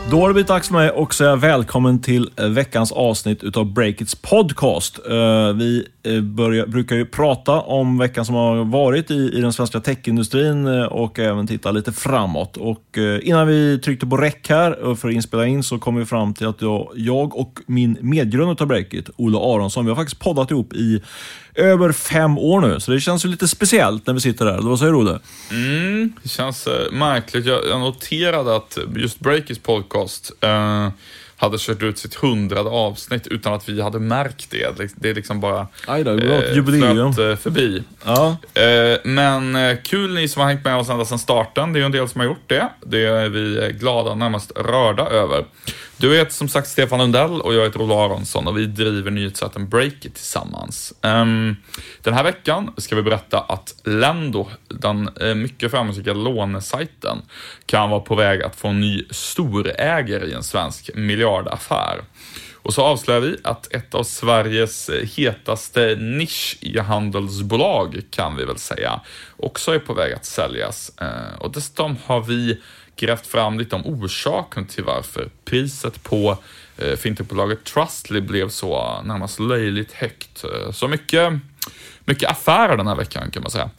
Då har det blivit dags för mig och säga välkommen till veckans avsnitt utav Breakits podcast. Vi brukar ju prata om veckan som har varit i den svenska techindustrin och även titta lite framåt. Och innan vi tryckte på räck här för att inspela in så kom vi fram till att jag och min medgrund utav Breakit, Olle Aronsson, vi har faktiskt poddat ihop i över 5 år nu. Så det känns ju lite speciellt när vi sitter där. Vad säger du, Olle? Det känns märkligt. Jag noterade att just Breakits podcast hade kört ut sitt 100:e avsnitt utan att vi hade märkt det. Det är liksom bara flöt förbi. Ja. Men kul ni som har hängt med oss ända sedan starten. Det är ju en del som har gjort det. Det är vi glada, närmast rörda över. Du heter som sagt Stefan Lundell och jag heter Olle Aronsson och vi driver nyhetssätten Breakit tillsammans. Den här veckan ska vi berätta att Lendo, den mycket framgångsrika lånesajten, kan vara på väg att få en ny storägare i en svensk miljardaffär. Och så avslöjar vi att ett av Sveriges hetaste nischhandelsbolag, kan vi väl säga, också är på väg att säljas. Och dessutom har vi grävt fram lite om orsaken till varför priset på fintechbolaget Trustly blev så närmast löjligt högt. Så mycket affärer den här veckan, kan man säga.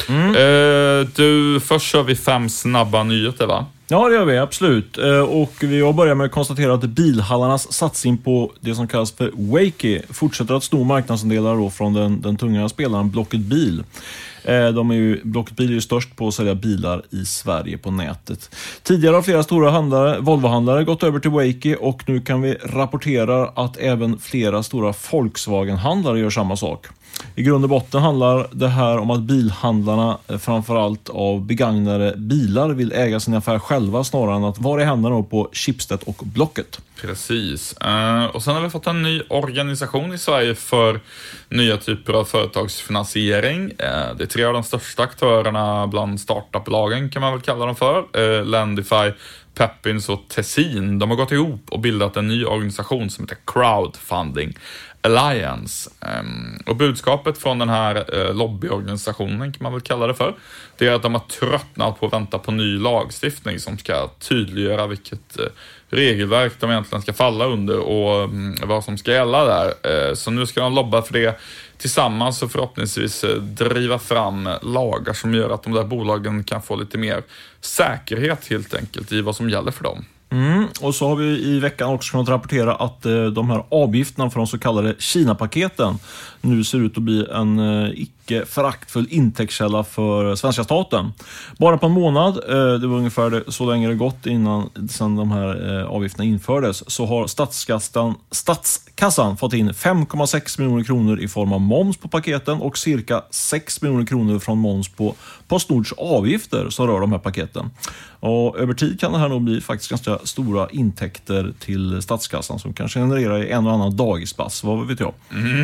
Först kör vi 5 snabba nyheter, va? Ja, det gör vi, absolut. Och vi börjar med att konstatera att bilhallarnas satsning på det som kallas för Wakey fortsätter att sno marknadsandelar då från den tunga spelaren Blocket Bil. Blocket Bil är ju störst på att sälja bilar i Sverige på nätet. Tidigare har flera stora Volvo-handlare gått över till Wakey och nu kan vi rapportera att även flera stora Volkswagen-handlare gör samma sak. I grund och botten handlar det här om att bilhandlarna framförallt av begagnade bilar vill äga sin affär själva snarare än att vara i händerna på Schibsted och Blocket. Precis. Och sen har vi fått en ny organisation i Sverige för nya typer av företagsfinansiering. Det är 3 av de största aktörerna bland startupbolagen, kan man väl kalla dem för. Lendify, Peppins och Tessin. De har gått ihop och bildat en ny organisation som heter Crowdfunding Alliance. Och budskapet från den här lobbyorganisationen, kan man väl kalla det för, det är att de har tröttnat på att vänta på ny lagstiftning som ska tydliggöra vilket regelverk de egentligen ska falla under och vad som ska gälla där. Så nu ska de lobba för det tillsammans och förhoppningsvis driva fram lagar som gör att de där bolagen kan få lite mer säkerhet helt enkelt i vad som gäller för dem. Och så har vi i veckan också kunnat rapportera att de här avgifterna för de så kallade Kina-paketen nu ser ut att bli en icke föraktfull intäktskälla för svenska staten. Bara på en månad, det var ungefär så länge det gått sedan de här avgifterna infördes, så har statskassan fått in 5,6 miljoner kronor i form av moms på paketen och cirka 6 miljoner kronor från moms på Postnords avgifter som rör de här paketen. Och över tid kan det här nog bli faktiskt ganska stora intäkter till statskassan som kanske genererar en och annan dagispass, vad vet jag.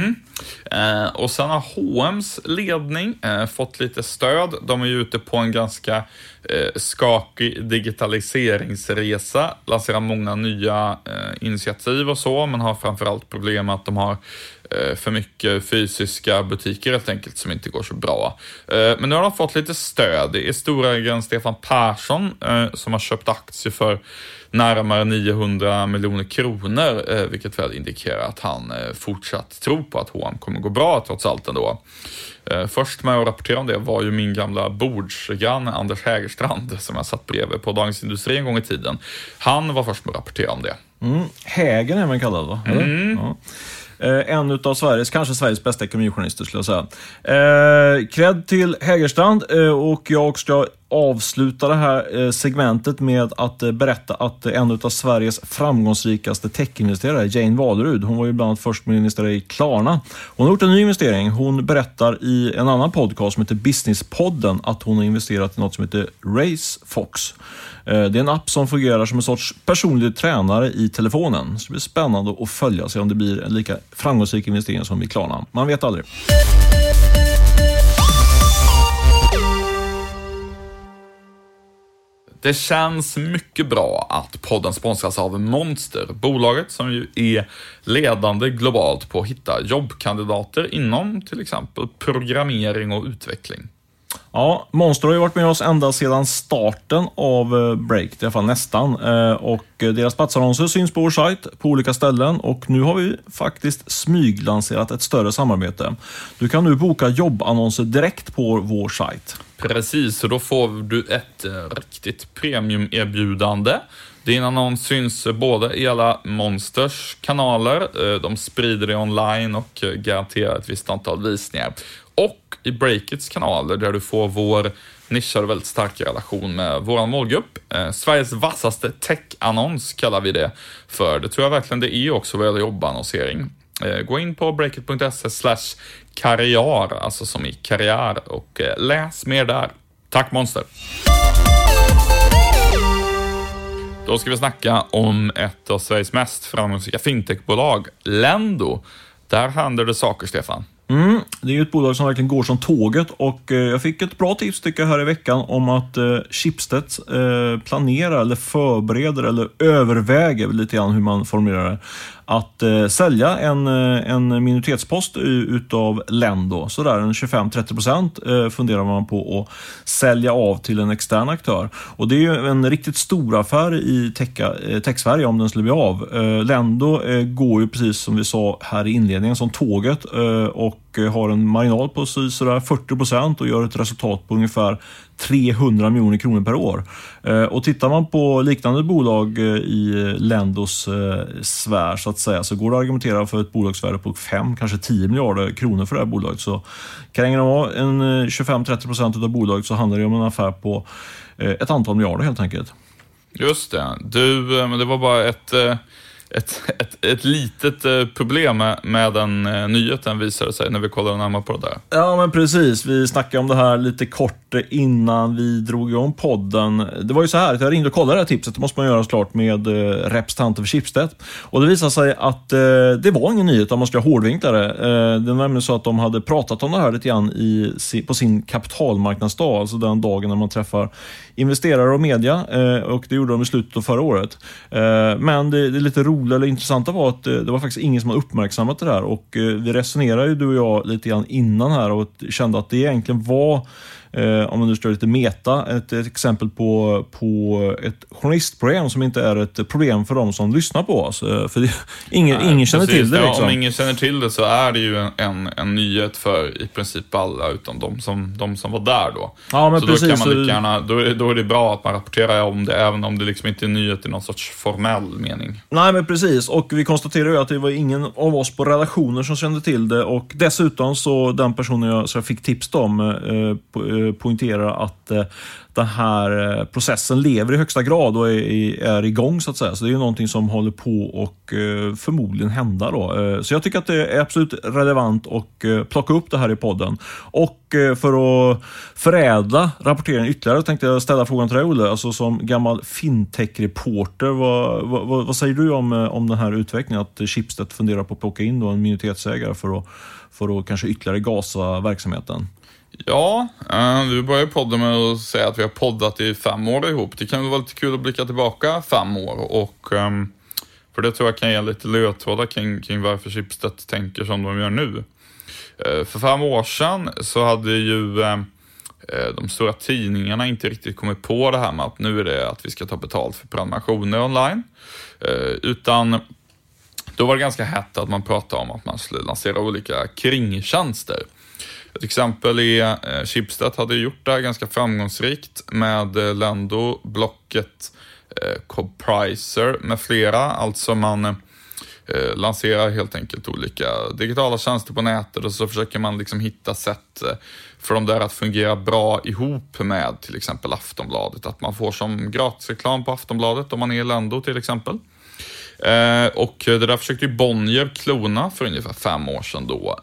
Och sen har H&M's ledning fått lite stöd. De är ju ute på en ganska skakig digitaliseringsresa, lanserar många nya initiativ och så, men har framförallt problem med att de har för mycket fysiska butiker helt enkelt som inte går så bra. Men nu har de fått lite stöd. Det är storägaren Stefan Persson som har köpt aktier för närmare 900 miljoner kronor, vilket väl indikerar att han fortsatt tror på att H&M kommer gå bra trots allt ändå. Först med att rapportera om det var ju min gamla bordsgranne Anders Hägerstrand som jag satt bredvid på Dagens Industri en gång i tiden. Han var först med att rapportera om det. Hägen är man kallad, va? Ja. En utav kanske Sveriges bästa ekonomijournalister skulle jag säga. Cred till Hägerstrand och jag ska avsluta det här segmentet med att berätta att en utav Sveriges framgångsrikaste techinvesterare, Jane Walerud, hon var ju bland annat först med att investera i Klarna. Hon har gjort en ny investering. Hon berättar i en annan podcast som heter Businesspodden att hon har investerat i något som heter RaceFox. Det är en app som fungerar som en sorts personlig tränare i telefonen. Så det blir spännande att följa sig om det blir en lika framgångsrik investering som i Klarna. Man vet aldrig. Det känns mycket bra att podden sponsras av Monster, bolaget som ju är ledande globalt på att hitta jobbkandidater inom till exempel programmering och utveckling. Ja, Monster har ju varit med oss ända sedan starten av Break, i alla fall nästan. Och deras platsannonser syns på vår sajt på olika ställen. Och nu har vi faktiskt smyglanserat ett större samarbete. Du kan nu boka jobbannonser direkt på vår sajt. Precis, och då får du ett riktigt premium-erbjudande. Din annons syns både i alla Monsters kanaler, de sprider det online och garanterar ett visst antal visningar. Och i Breakits kanaler där du får vår nischade väldigt starka relation med vår målgrupp. Sveriges vassaste tech-annons kallar vi det för. Det tror jag verkligen det är också vad gäller jobbannonsering. Gå in på breakit.se/karriär, alltså som i karriär, och läs mer där. Tack Monster! Då ska vi snacka om ett av Sveriges mest framgångsrika fintechbolag, Lendo. Där händer det saker, Stefan. Det är ju ett bolag som verkligen går som tåget, och jag fick ett bra tips tycker jag här i veckan om att Schibsted planerar eller förbereder eller överväger lite grann hur man formulerar det, att sälja en minoritetspost utav Lendo. Sådär en 25-30% funderar man på att sälja av till en extern aktör. Och det är ju en riktigt stor affär i tech-Sverige om den skulle bli av. Lendo går ju precis som vi sa här i inledningen som tåget och har en marginal på sådär 40% och gör ett resultat på ungefär 300 miljoner kronor per år. Och tittar man på liknande bolag i Lendos sfär så att säga, så går det att argumentera för ett bolagsvärde på 5, kanske 10 miljarder kronor för det här bolaget. Så kan det vara en 25-30% av bolaget, så handlar det om en affär på ett antal miljarder helt enkelt. Just det. Men det var bara ett litet problem med den nyheten visade sig när vi kollade närmare på det där. Ja, men precis. Vi snackade om det här lite kort innan vi drog igång podden. Det var ju så här att jag ringde och kollade det här tipset. Det måste man göra såklart med representanter för Schibsted. Och det visade sig att det var ingen nyhet om man ska hårdvinkla det. Det var nämligen så att de hade pratat om det här lite grann på sin kapitalmarknadsdag, alltså den dagen när man träffar investerare och media, och det gjorde de i slutet av förra året. Men det är lite roliga eller intressanta var att det var faktiskt ingen som har uppmärksammat det där, och vi resonerade ju du och jag lite grann innan här och kände att det egentligen var, om man nu ska lite meta, ett exempel på ett journalistproblem som inte är ett problem för de som lyssnar på oss. För ingen känner till det. Liksom. Om ingen känner till det så är det ju en nyhet för i princip alla utom de som var där då. Ja, men så precis, då kan man gärna, då är det bra att man rapporterar om det, även om det liksom inte är nyhet i någon sorts formell mening. Nej, men precis. Och vi konstaterar ju att det var ingen av oss på redaktioner som kände till det, och dessutom så den personen jag fick tips om poängterar att den här processen lever i högsta grad och är igång så att säga. Så det är ju någonting som håller på och förmodligen hända då. Så jag tycker att det är absolut relevant att plocka upp det här i podden. Och för att förädla rapporteringen ytterligare tänkte jag ställa frågan till dig, Olle. Alltså som gammal fintech-reporter, vad säger du om den här utvecklingen att Schibsted funderar på att plocka in då en minoritetsägare för att kanske ytterligare gasa verksamheten? Ja, vi börjar podden med att säga att vi har poddat i 5 år ihop. Det kan väl vara lite kul att blicka tillbaka 5 år, och för det tror jag kan ge lite ledtrådar kring varför Schibsted tänker som de gör nu. För 5 år sedan så hade ju de stora tidningarna inte riktigt kommit på det här med att nu är det att vi ska ta betalt för prenumerationer online, utan då var det ganska hett att man pratade om att man skulle lansera olika kringtjänster. Ett exempel är Schibsted hade gjort det här ganska framgångsrikt med Lendo, Blocket, Copricer med flera. Alltså man lanserar helt enkelt olika digitala tjänster på nätet, och så försöker man liksom hitta sätt för dem där att fungera bra ihop med till exempel Aftonbladet. Att man får som gratisreklam på Aftonbladet om man är i Lendo till exempel. Och det där försökte ju Bonnier klona för ungefär 5 år sedan då.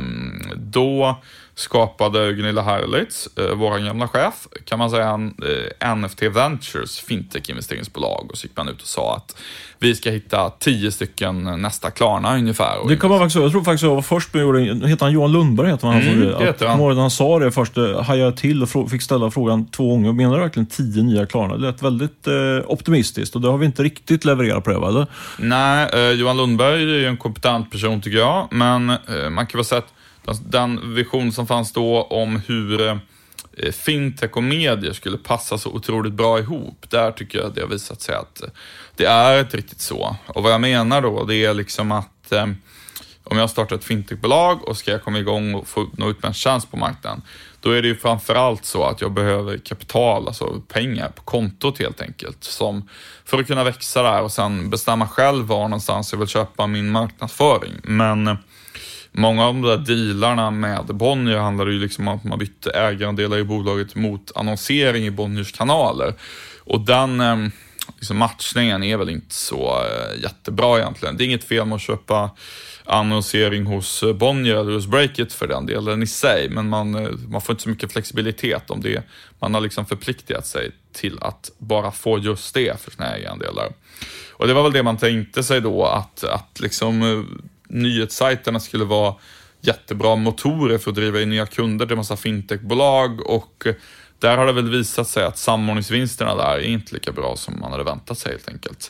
Då skapade Gunilla Herlitz, vår gamla chef, kan man säga, NFT Ventures, fintech-investeringsbolag, och så gick man ut och sa att vi ska hitta 10 stycken nästa Klarna ungefär. Det kommer faktiskt, jag tror faktiskt jag var först med, heter han Johan Lundberg heter han. Han sa det först, hajade till och fick ställa frågan 2 gånger. Menar du verkligen 10 nya Klarna? Det lät väldigt optimistiskt, och det har vi inte riktigt levererat på det, eller? Nej, Johan Lundberg är ju en kompetent person tycker jag, men man kan väl säga att den vision som fanns då om hur fintech och medier skulle passa så otroligt bra ihop. Där tycker jag att det har visat sig att det är ett riktigt så. Och vad jag menar då, det är liksom att om jag startar ett fintechbolag och ska jag komma igång och få nå ut med en chans på marknaden, då är det ju framförallt så att jag behöver kapital, alltså pengar på kontot helt enkelt, som för att kunna växa där och sen bestämma själv var någonstans jag vill köpa min marknadsföring. Men många av de där dealarna med Bonnier handlar ju liksom om att man bytte ägarandelar i bolaget mot annonsering i Bonniers kanaler. Och den liksom matchningen är väl inte så jättebra egentligen. Det är inget fel med att köpa annonsering hos Bonnier eller hos Breakit för den delen i sig, men man får inte så mycket flexibilitet om det. Man har liksom förpliktigat sig till att bara få just det för sina ägarandelar. Och det var väl det man tänkte sig då, att liksom nyhetssajterna skulle vara jättebra motorer för att driva in nya kunder till massa fintechbolag, och där har det väl visat sig att samordningsvinsterna där är inte lika bra som man hade väntat sig helt enkelt.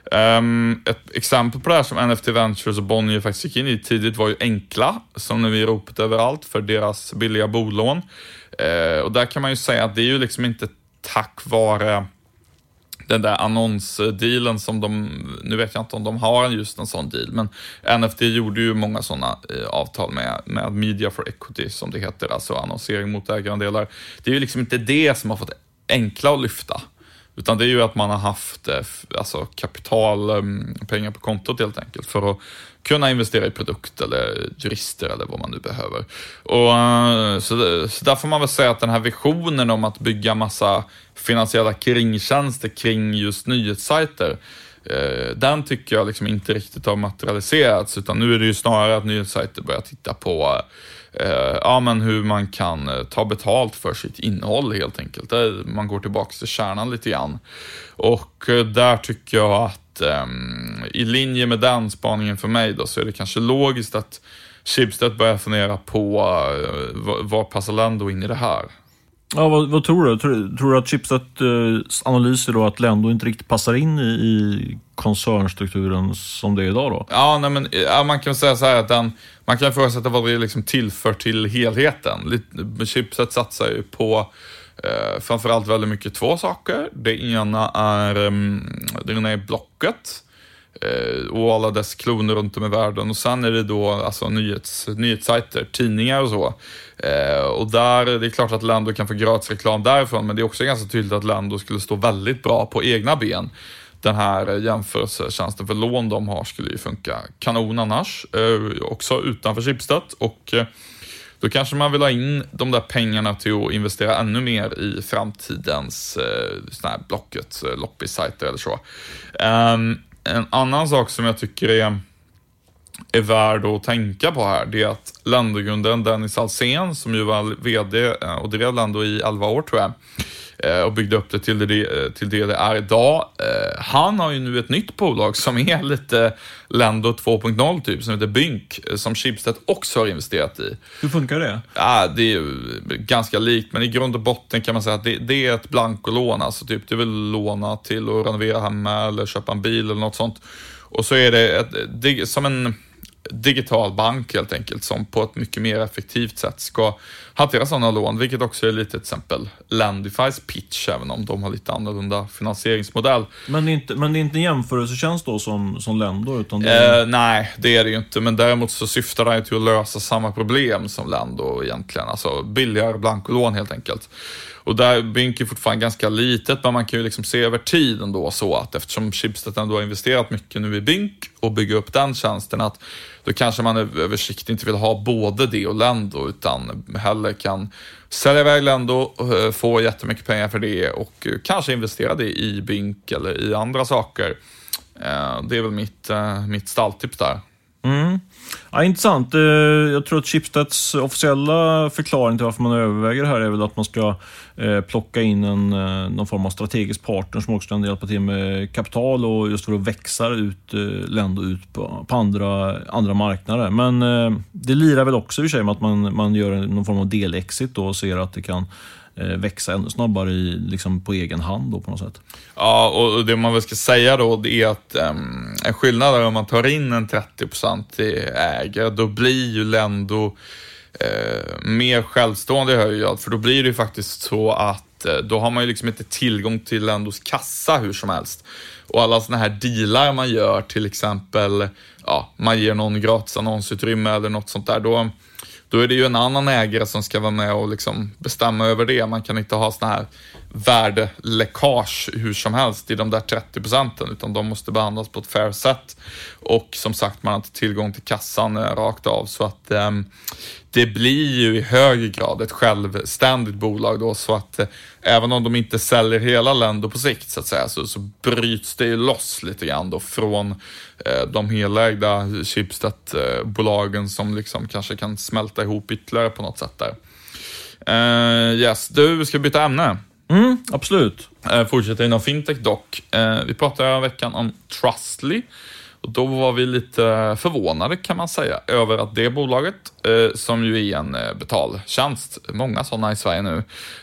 Ett exempel på det här som NFT Ventures och Bonnier faktiskt gick in i tidigt var ju Enkla, som nu är ropet överallt för deras billiga bolån. Och där kan man ju säga att det är ju liksom inte tack vare den där annonsdealen som nu vet jag inte om de har just en sån deal, men NFT gjorde ju många sådana avtal med Media for Equity som det heter, alltså annonsering mot ägarandelar. Det är ju liksom inte det som har fått Enkla att lyfta, utan det är ju att man har haft alltså kapital, pengar på kontot helt enkelt, för att kunna investera i produkt eller jurister eller vad man nu behöver. Och så där får man väl säga att den här visionen om att bygga massa finansiella kringtjänster kring just nyhetssajter, den tycker jag liksom inte riktigt har materialiserats, utan nu är det ju snarare att nyhetssajter börjar titta på men hur man kan ta betalt för sitt innehåll helt enkelt. Man går tillbaka till kärnan lite grann. Och där tycker jag att i linje med den spaningen för mig då, så är det kanske logiskt att Schibsted börjar fundera på var passar Lendo in i det här. Ja, vad tror du? Tror du att Schibsteds analys är då att Lendo inte riktigt passar in i koncernstrukturen som det är idag då? Ja, man kan säga så här att man kan förutsätta vad det liksom tillför till helheten. Schibsted satsar ju på framförallt väldigt mycket två saker. Det ena är Blocket och alla dess kloner runt om i världen, och sen är det då alltså nyhetssajter, tidningar och så. Och där det är klart att Lendo kan få gratis reklam därifrån, men det är också ganska tydligt att Lendo skulle stå väldigt bra på egna ben. Den här jämförelsetjänsten för lån de har skulle ju funka kanon annars, också utanför Schibsted, och då kanske man vill ha in de där pengarna till att investera ännu mer i framtidens såna här Blocket, loppissajter eller så. En annan sak som jag tycker är värd att tänka på här, det är att Lendo-grundaren Dennis Alsen, som ju var vd och drev Lendo i 11 år tror jag, och byggde upp det till det är idag. Han har ju nu ett nytt bolag som är lite Lendo 2.0 typ, som heter Bynk, som Schibsted också har investerat i. Hur funkar det? Ja, det är ju ganska likt, men i grund och botten kan man säga att det är ett blankolån, alltså typ du vill låna till att renovera hemma eller köpa en bil eller något sånt. Och så är det som en digital bank helt enkelt, som på ett mycket mer effektivt sätt ska hantera sådana lån, vilket också är lite till exempel Lendifys pitch, även om de har lite annorlunda finansieringsmodell. Men det är inte en jämförelsetjänst då som Lendo, utan nej, det är det ju inte, men däremot så syftar det till att lösa samma problem som Lendo egentligen, alltså billigare blankolån helt enkelt. Och där Bynk är fortfarande ganska litet, men man kan ju liksom se över tid ändå, så att eftersom Schibsted ändå har investerat mycket nu i Bynk och bygga upp den tjänsten, att då kanske man över sikt inte vill ha både det och Lendo, utan hellre kan sälja iväg Lendo, få jättemycket pengar för det och kanske investera det i Bynk eller i andra saker. Det är väl mitt stalltips där. Mm. Ja, intressant. Jag tror att Schibsteds officiella förklaring till varför man överväger det här är väl att man ska plocka in någon form av strategisk partner som också kan hjälpa till med kapital och just för att växa ut Lendo ut på andra marknader. Men det lirar väl också i sig med att man gör någon form av delexit då och ser att det kan växa ännu snabbare liksom på egen hand då på något sätt. Ja, och det man väl ska säga då, det är att en skillnad är om man tar in en 30% ägare, då blir ju Lendo mer självstående i hög grad, för då blir det ju faktiskt så att då har man ju liksom inte tillgång till Lendos kassa hur som helst. Och alla såna här dealar man gör, till exempel, man ger någon gratis annonsutrymme eller något sånt där, då är det ju en annan ägare som ska vara med och liksom bestämma över det. Man kan inte ha såna här värdeläckage hur som helst i de där 30%, utan de måste behandlas på ett fair sätt. Och som sagt, man har inte tillgång till kassan rakt av, så att det blir ju i hög grad ett självständigt bolag då, så att även om de inte säljer hela Lendo på sikt så att säga, så bryts det ju loss lite grann då från de helägda Schibsted-bolagen som liksom kanske kan smälta ihop ytterligare på något sätt där. Du ska byta ämne. Absolut. Fortsätter inom fintech dock. Vi pratade i veckan om Trustly. Och då var vi lite förvånade kan man säga över att det bolaget, som ju är en betaltjänst, många sådana i Sverige nu,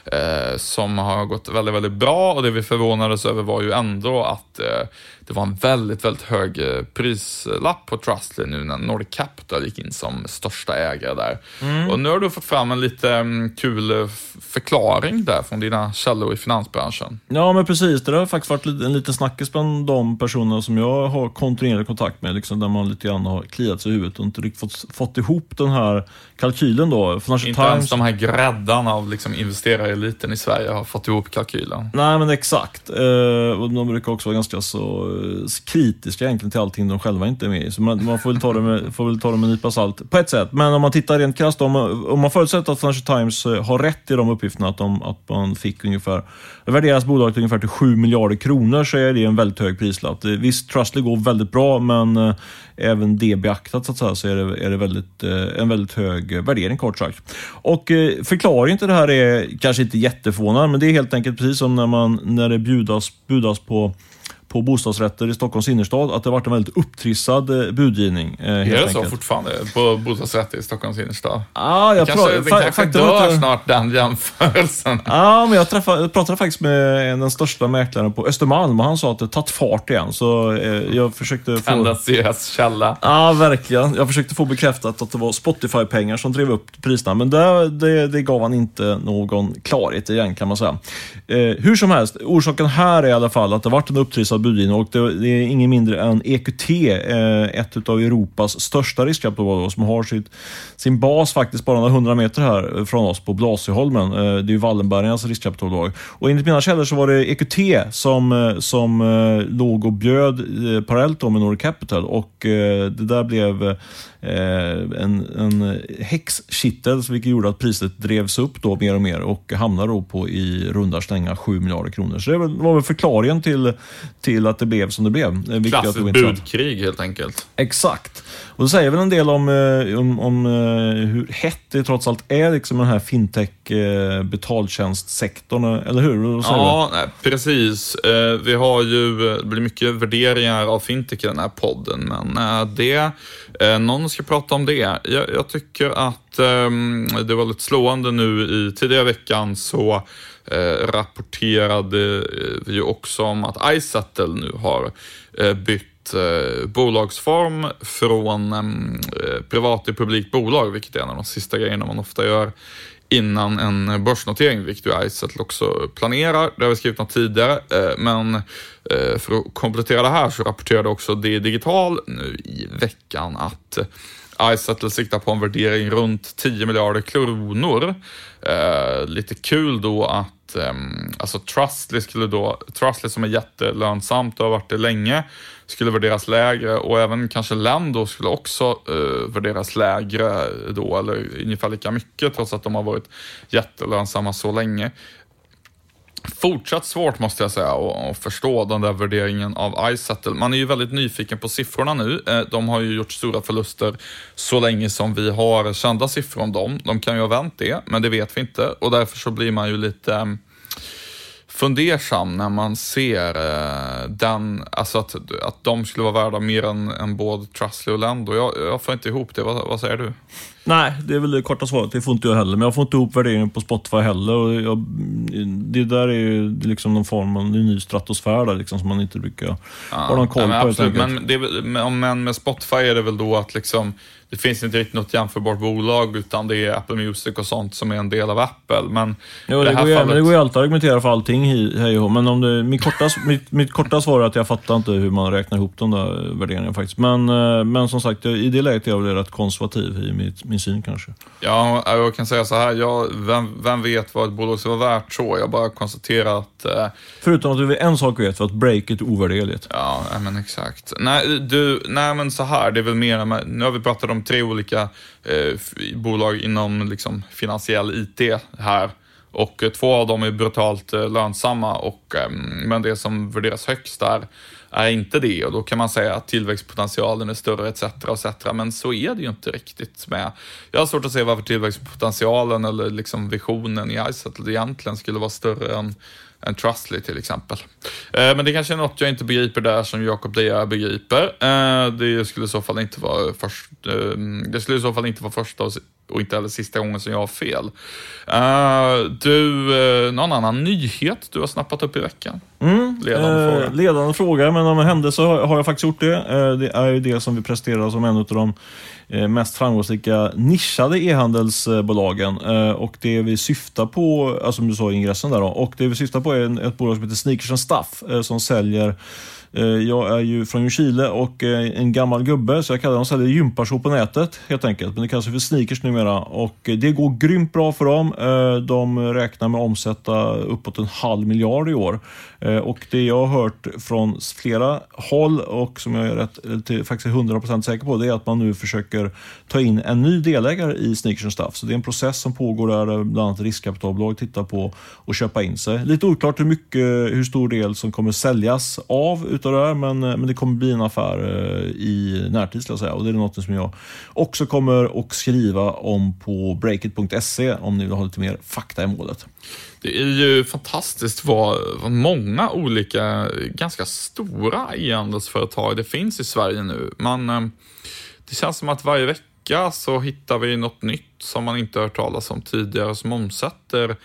som har gått väldigt, väldigt bra, och det vi förvånades över var ju ändå att det var en väldigt, väldigt hög prislapp på Trustly nu när Nordic Capital gick in som största ägare där. Och nu har du fått fram en lite kul förklaring där från dina källor i finansbranschen. Ja, men precis. Det har faktiskt varit en liten snackis bland de personer som jag har kontinuerlig kontakt med, liksom, där man lite grann har kliat sig i huvudet och inte riktigt fått ihop den här kalkylen då. Inte ens de här gräddarna av liksom investerareliten i Sverige har fått ihop kalkylen. Nej, men exakt. Och de brukar också vara ganska så kritiska egentligen till allting de själva inte är med i. Så man får väl ta det med en nypa salt på ett sätt. Men om man tittar rent krasst, om man förutsätter att Financial Times har rätt i de uppgifterna, att man fick ungefär, det värderas bolaget ungefär till 7 miljarder kronor, så är det en väldigt hög prislapp. Visst, Trustly går väldigt bra, men även det beaktat så att säga, så är det en väldigt hög värdering kort sagt. Och förklaringen till det här är kanske inte jätteförvånande, men det är helt enkelt precis som när det budas på bostadsrätter i Stockholms innerstad, att det har varit en väldigt upptrissad budgivning. Är det så fortfarande på bostadsrätter i Stockholms innerstad? Ja, jag kanske dör snart den jämförelsen. Ja, men jag pratade faktiskt med den största mäklaren på Östermalm, och han sa att det tagit fart igen. Så jag försökte få... Tendensiös källa. Ja, verkligen. Jag försökte få bekräftat att det var Spotify-pengar som drev upp priserna, men det gav han inte någon klarhet igen, kan man säga. Hur som helst, orsaken här är i alla fall att det har varit en upptrissad budgivning, och det är ingen mindre än EQT, ett av Europas största riskkapitalbolag, som har sin bas faktiskt bara några 100 meter här från oss på Blasieholmen. Det är ju Wallenbergarnas riskkapitalbolag. Och enligt mina källor så var det EQT som låg och bjöd parallellt med Nordic Capital, och det där blev en häxkittel, vilket gjorde att priset drevs upp då mer och mer och hamnade då på i runda slänga 7 miljarder kronor. Så det var väl förklaringen till att det blev som det blev. Klassiskt budkrig helt enkelt. Exakt. Och det säger väl en del om hur hett det trots allt är liksom den här fintech betaltjänstsektorn, eller hur? Ja, precis. Vi har ju, det blir mycket värderingar av fintech i den här podden, men någon ska prata om det. Jag tycker att det var lite slående nu i tidigare veckan, så rapporterade vi ju också om att iSettle nu har bytt bolagsform från privat till publikt bolag, vilket är en av de sista grejerna man ofta gör innan en börsnotering, vilket ju iSettle också planerar. Det har vi skrivit något tidigare, men för att komplettera det här så rapporterade också det digital nu i veckan att iSettle siktar på en värdering runt 10 miljarder kronor. Lite kul då att alltså Trustly som är jättelönsamt och har varit det länge, skulle värderas lägre, och även kanske Lendo skulle också värderas lägre då, eller ungefär lika mycket, trots att de har varit jättelönsamma så länge. Fortsatt svårt måste jag säga att förstå den där värderingen av iSettle. Man är ju väldigt nyfiken på siffrorna nu. De har ju gjort stora förluster så länge som vi har kända siffror om dem. De kan ju ha vänt det, men det vet vi inte. Och därför så blir man ju lite fundersam när man ser alltså att de skulle vara värda mer än både Trustly och Lendo. Jag får inte ihop det. Vad säger du? Nej, det är väl det korta svaret. Det får inte jag heller. Men jag får inte ihop värderingen på Spotify heller. Och det där är ju liksom någon form av en ny stratosfär där, liksom, som man inte brukar ha någon koll på. Absolut. Men med Spotify är det väl då att liksom, det finns inte riktigt något jämförbart bolag, utan det är Apple Music och sånt som är en del av Apple. Men jo, det går ju alltid att argumentera för allting hej och. Men om det, mitt korta svar är att jag fattar inte hur man räknar ihop de där värderingarna faktiskt. Men som sagt, i det läget är jag väl rätt konservativ i min syn kanske. Ja, jag kan säga så här. Vem vet vad ett bolag ska vara värt så? Jag bara konstaterar att... Förutom att vi en sak vet, för att breaket är ovärderligt. Ja, men exakt. Nej, men så här, det är väl mer... Nu har vi pratat om 3 olika bolag inom liksom finansiell IT här. Och 2 av dem är brutalt lönsamma. Men det som värderas högst där är inte det. Och då kan man säga att tillväxtpotentialen är större etc. Men så är det ju inte riktigt med. Jag har svårt att se varför tillväxtpotentialen eller liksom visionen i iSettle egentligen skulle vara större än Trustly till exempel. Men det kanske är något jag inte begriper där som Jakob Deja begriper. Det skulle i så fall inte vara första och inte heller sista gången som jag har fel. Någon annan nyhet du har snappat upp i veckan? Ledande fråga, men om det hände så har jag faktiskt gjort det. Det är ju det som vi presterar som en av de mest framgångsrika nischade e-handelsbolagen, och det vi syftar på, alltså som du sa i ingressen där då, och det vi syftar på är ett bolag som heter Sneakers & Stuff som säljer. Jag är ju från Chile och en gammal gubbe, så jag kallar dem säljer gympaskor på nätet helt enkelt, men det kallas för sneakers numera, och det går grymt bra för dem. De räknar med att omsätta uppåt 500 miljoner i år, och det jag har hört från flera håll och som jag är faktiskt 100% säker på, det är att man nu försöker ta in en ny delägare i Sneakers & Stuff. Så det är en process som pågår där bland annat riskkapitalbolag tittar på och köpa in sig. Lite oklart hur stor del som kommer säljas av utav det här, men det kommer bli en affär i närtid, ska jag säga. Och det är något som jag också kommer att skriva om på breakit.se om ni vill ha lite mer fakta i målet. Det är ju fantastiskt vad många olika ganska stora e-handelsföretag det finns i Sverige nu. Det känns som att varje vecka så hittar vi något nytt som man inte hört talas om tidigare, som omsätter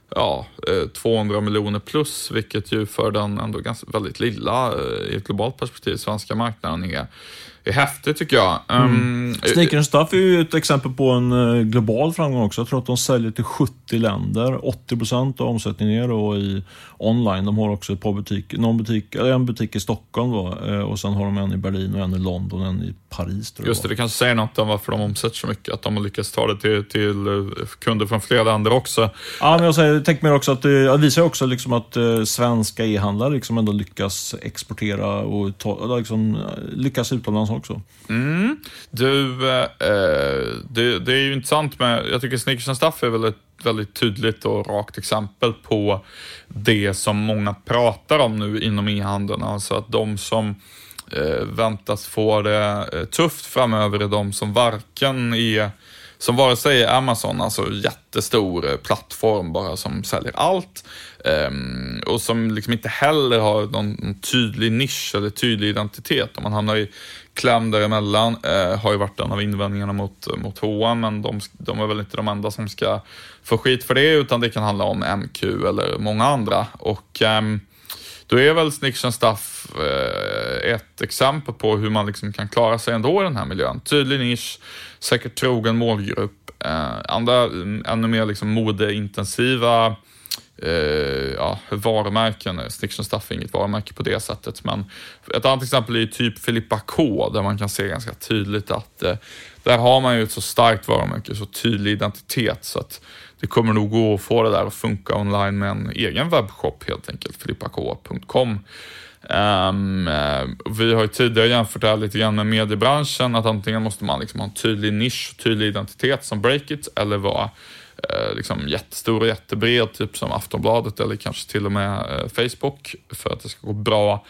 200 miljoner plus, vilket ju för den ändå ganska väldigt lilla i ett globalt perspektiv svenska marknaden är häftigt, tycker jag. Sneakers & Stuff är ju ett exempel på en global framgång också. Jag tror att de säljer till 70 länder. 80% av omsättningen är då i online. De har också ett par en butik i Stockholm då, och sen har de en i Berlin och en i London och en i Paris. Tror jag. Just det kanske säger något om varför de omsätter så mycket. Att de har lyckats ta det till kunder från flera länder också. Ja, men jag tänker mig också att det visar också liksom att svenska e-handlare liksom ändå lyckas exportera och liksom lyckas utomlands också. Det är ju intressant med, jag tycker Sneakers & Stuff är väl ett väldigt tydligt och rakt exempel på det som många pratar om nu inom e-handeln. Alltså att de som väntas få det tufft framöver är de som vare sig är Amazon, alltså jättestor plattform bara som säljer allt, och som liksom inte heller har någon tydlig nisch eller tydlig identitet. Om man hamnar i kläm däremellan, har ju varit en av invändningarna mot H&M, men de är väl inte de enda som ska få skit för det, utan det kan handla om MQ eller många andra. Och då är väl Sneakers & Stuff ett exempel på hur man liksom kan klara sig ändå i den här miljön. Tydlig nisch, säkert trogen målgrupp, andra ännu mer liksom modeintensiva varumärken. Sneakers & Stuff är inget varumärke på det sättet, men ett annat exempel är ju typ Filippa K, där man kan se ganska tydligt att där har man ju ett så starkt varumärke, så tydlig identitet, så att det kommer nog gå att få det där att funka online med en egen webbshop helt enkelt, filippak.com. Vi har ju tidigare jämfört det här lite grann med mediebranschen, att antingen måste man liksom ha en tydlig nisch, tydlig identitet som Breakit, eller vara liksom jättestor och jättebred, typ som Aftonbladet eller kanske till och med Facebook, för att det ska gå bra.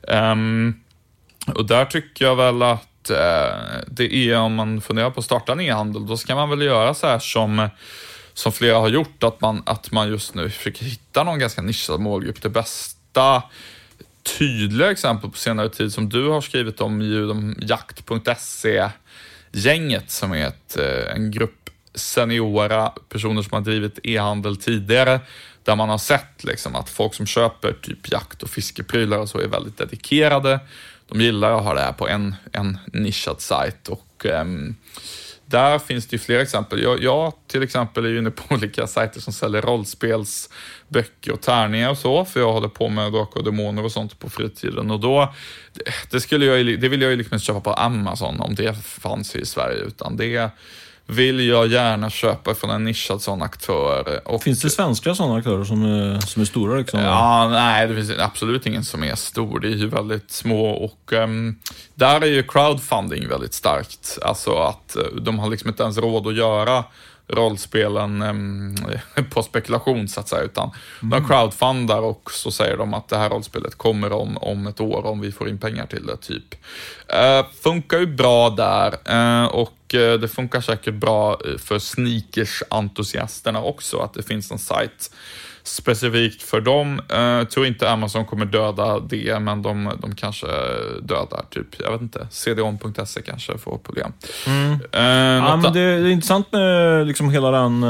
Och där tycker jag väl att det är, om man funderar på att starta en e-handel, då ska man väl göra så här som flera har gjort, att man just nu försöker hitta någon ganska nischad målgrupp. Det bästa tydliga exempel på senare tid som du har skrivit om är ju de jakt.se Gänget, som är en grupp seniora personer som har drivit e-handel tidigare, där man har sett liksom att folk som köper typ jakt- och fiskeprylar och så är väldigt dedikerade. De gillar att ha det här på en nischad sajt, och där finns det ju fler exempel. Jag till exempel är ju inne på olika sajter som säljer rollspelsböcker och tärningar och så, för jag håller på med Drakar och Demoner och sånt på fritiden, och då det vill jag ju liksom inte köpa på Amazon om det fanns i Sverige, utan det vill jag gärna köpa från en nischad sån aktör. Och finns det svenska sådana aktörer som är stora liksom? Ja, nej, det finns absolut ingen som är stor. Det är ju väldigt små, och där är ju crowdfunding väldigt starkt. Alltså att de har liksom inte ens råd att göra rollspelen på spekulation så att säga, utan de crowdfundar, och så säger de att det här rollspelet kommer om ett år om vi får in pengar till det typ. Funkar ju bra där, och det funkar säkert bra för sneakers-entusiasterna också, att det finns en sajt specifikt för dem. Tror inte Amazon kommer döda det, men de kanske dödar typ, jag vet inte, cdon.se kanske får problem. Ja, men det är intressant med liksom hela den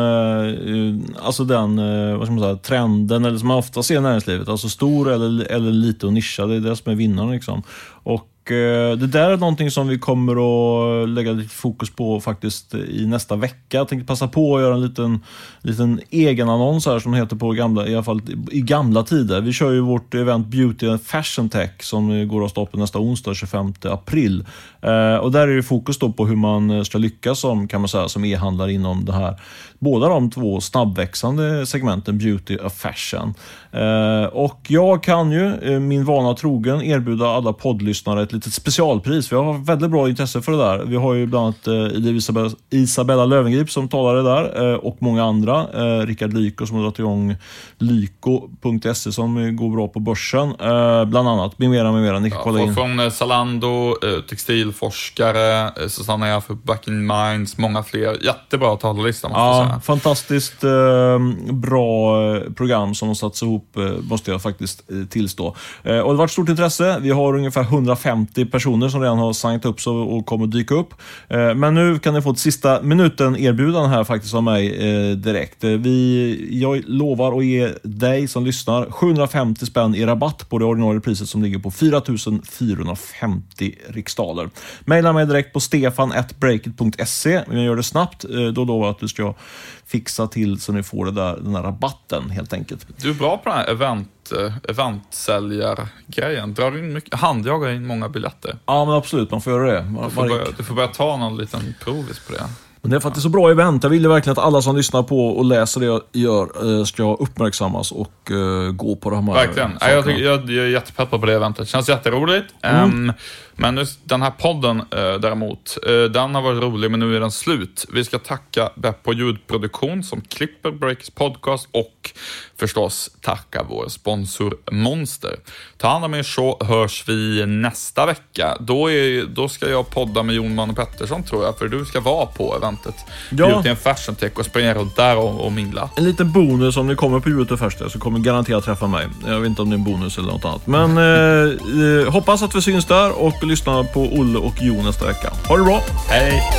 alltså den vad ska man säga, trenden, eller som man ofta ser i näringslivet, alltså stor eller lite och nischad, det är det som är vinnaren liksom. Och det där är någonting som vi kommer att lägga lite fokus på faktiskt i nästa vecka. Jag tänkte passa på att göra en liten egen annons här som heter på gamla, i alla fall i gamla tider. Vi kör ju vårt event Beauty and Fashion Tech som går av stapeln nästa onsdag 25 april. Och där är det fokus då på hur man ska lyckas som, kan man säga, som e-handlare inom det här. Båda de två snabbväxande segmenten Beauty och Fashion. Och jag kan ju min vana trogen erbjuda alla poddlyssnare ett litet specialpris. Vi har väldigt bra intresse för det där. Vi har ju bland annat Isabella Löwengrip som talade där, och många andra. Rickard Lyko som har dragit igång lyko.se som går bra på börsen. Bland annat. Med mera. Ni kan kolla in. Från Zalando, textilforskare, Susanna är för Back in Minds, många fler. Jättebra talarlista, måste jag säga. Fantastiskt bra program som har satts ihop, måste jag faktiskt tillstå. Och det har varit stort intresse. Vi har ungefär 150 personer som redan har signat upp och kommer dyka upp. Men nu kan ni få ett sista minuten erbjudande här faktiskt av mig direkt. Jag lovar att ge dig som lyssnar 750 spänn i rabatt på det ordinarie priset som ligger på 4 450 riksdaler. Maila mig direkt på stefan@breakit.se. Om jag gör det snabbt, då lovar jag att du ska fixa till så ni får den där rabatten helt enkelt. Du är bra på den här eventsäljargrejen. Drar du in mycket, handjagar in många biljetter? Ja, men absolut, man får göra det. Du får börja ta någon liten provis på det. Men det är faktiskt så bra event. Jag vill ju verkligen att alla som lyssnar på och läser det jag gör ska uppmärksammas och gå på de här. Verkligen. Jag är jättepeppad på det eventet. Känns jätteroligt. Men just den här podden däremot, den har varit rolig, men nu är den slut. Vi ska tacka Beppo ljudproduktion som klipper Breakits podcast, och förstås tacka vår sponsor Monster. Ta hand om er, så hörs vi nästa vecka. Då ska jag podda med Jon Manne Pettersson, tror jag, för du ska vara på eventet. Beauty and Fashion Tech och springa runt där och mingla. En liten bonus om ni kommer på Beauty först, så kommer garanterat träffa mig. Jag vet inte om det är en bonus eller något annat. Men hoppas att vi syns där och lyssna på Olle och Jon nästa vecka. Ha det bra! Hej!